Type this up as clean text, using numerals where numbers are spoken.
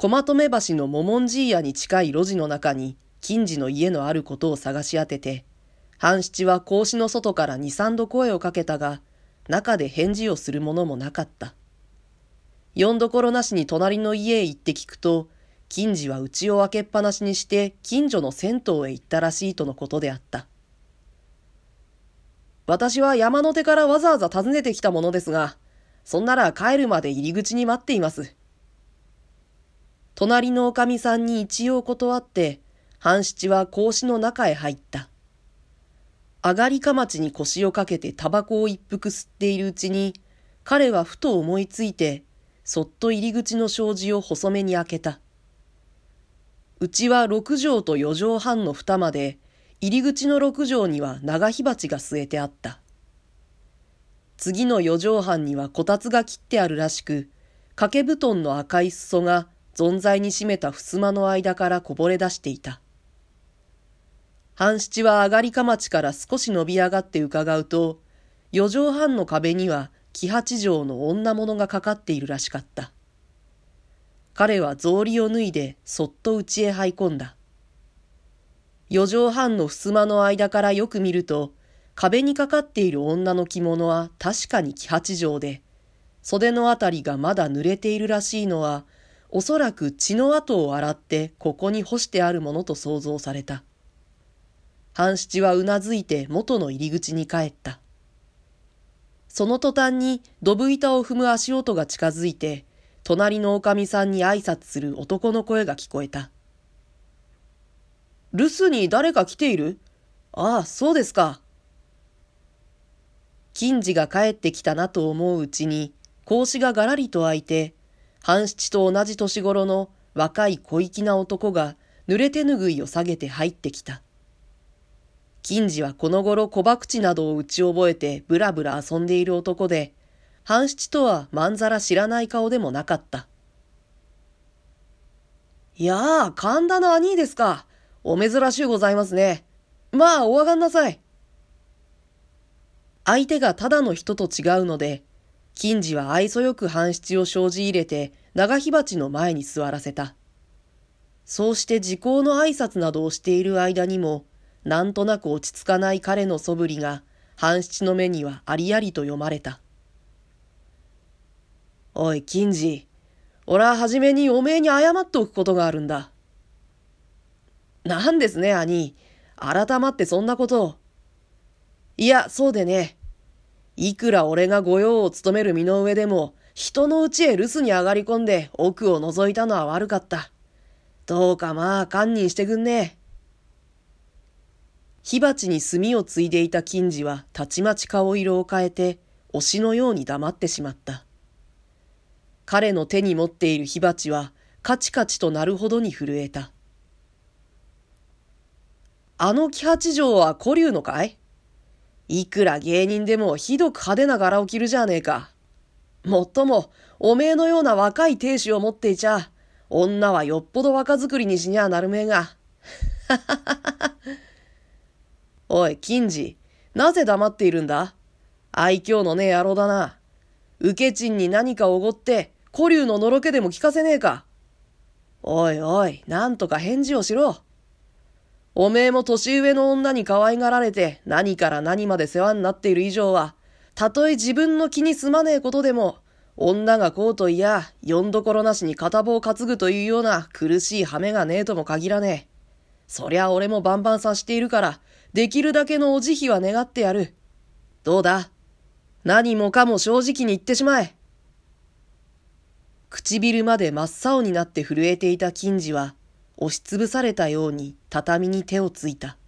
駒留橋のももんじい屋に近い路地の中に金次の家のあることを探し当てて、半七は格子の外から二三度声をかけたが、中で返事をするものもなかった。よんどころなしに隣の家へ行って聞くと、金次は家を開けっぱなしにして近所の銭湯へ行ったらしいとのことであった。私は山の手からわざわざ訪ねてきたものですが、そんなら帰るまで入り口に待っています。隣のおかみさんに一応断って、半七は格子の中へ入った。上がりかまちに腰をかけてタバコを一服吸っているうちに、彼はふと思いついて、そっと入り口の障子を細めに開けた。うちは6畳と4畳半の二間で、入り口の6畳には長火鉢が据えてあった。次の4畳半にはこたつが切ってあるらしく、掛け布団の赤い裾が存在に締めた襖の間からこぼれ出していた。半七は上がりかまちから少し伸び上がって伺うと、4畳半の壁には木八畳の女物がかかっているらしかった。彼は草履を脱いでそっと家へ入り込んだ。4畳半の襖の間からよく見ると、壁にかかっている女の着物は確かに木八畳で、袖のあたりがまだ濡れているらしいのは、おそらく血の跡を洗ってここに干してあるものと想像された。半七はうなずいて元の入り口に帰った。その途端にどぶ板を踏む足音が近づいて、隣のおかみさんに挨拶する男の声が聞こえた。留守に誰か来ている？ああ、そうですか。金次が帰ってきたなと思ううちに、格子ががらりと開いて、半七と同じ年頃の若い小粋な男が濡れ手ぬぐいを下げて入ってきた。金次はこの頃小博などを打ち覚えてぶらぶら遊んでいる男で、半七とはまんざら知らない顔でもなかった。いやあ、神田の兄ですか。お珍しゅうございますね。まあ、お上がんなさい。相手がただの人と違うので、金次は愛想よく半七を障子入れて長火鉢の前に座らせた。そうして時候の挨拶などをしている間にも、なんとなく落ち着かない彼の素振りが半七の目にはありありと読まれた。おい、金次、俺ははじめにおめえに謝っておくことがあるんだ。なんですね、兄。改まってそんなことを。いや、そうでね。いくら俺が御用を務める身の上でも、人の家へ留守に上がり込んで奥を覗いたのは悪かった。どうかまあ堪忍してくんね。火鉢に炭をついでいた金次はたちまち顔色を変えて、推しのように黙ってしまった。彼の手に持っている火鉢はカチカチと鳴るほどに震えた。あの木八丈は古流のかい？いくら芸人でもひどく派手な柄を着るじゃねえか。もっとも、おめえのような若い亭主を持っていちゃ、女はよっぽど若作りにしにゃなるめえが。おい、金次、なぜ黙っているんだ？愛嬌のねえ野郎だな。受け賃に何かおごって、古流ののろけでも聞かせねえか。おいおい、なんとか返事をしろ。おめえも年上の女に可愛がられて何から何まで世話になっている以上は、たとえ自分の気に済まねえことでも、女がこうといや、よんどころなしに片棒担ぐというような苦しい羽目がねえとも限らねえ。そりゃ俺もバンバン察しているから、できるだけのお慈悲は願ってやる。どうだ？何もかも正直に言ってしまえ。唇まで真っ青になって震えていた金次は、押しつぶされたように畳に手をついた。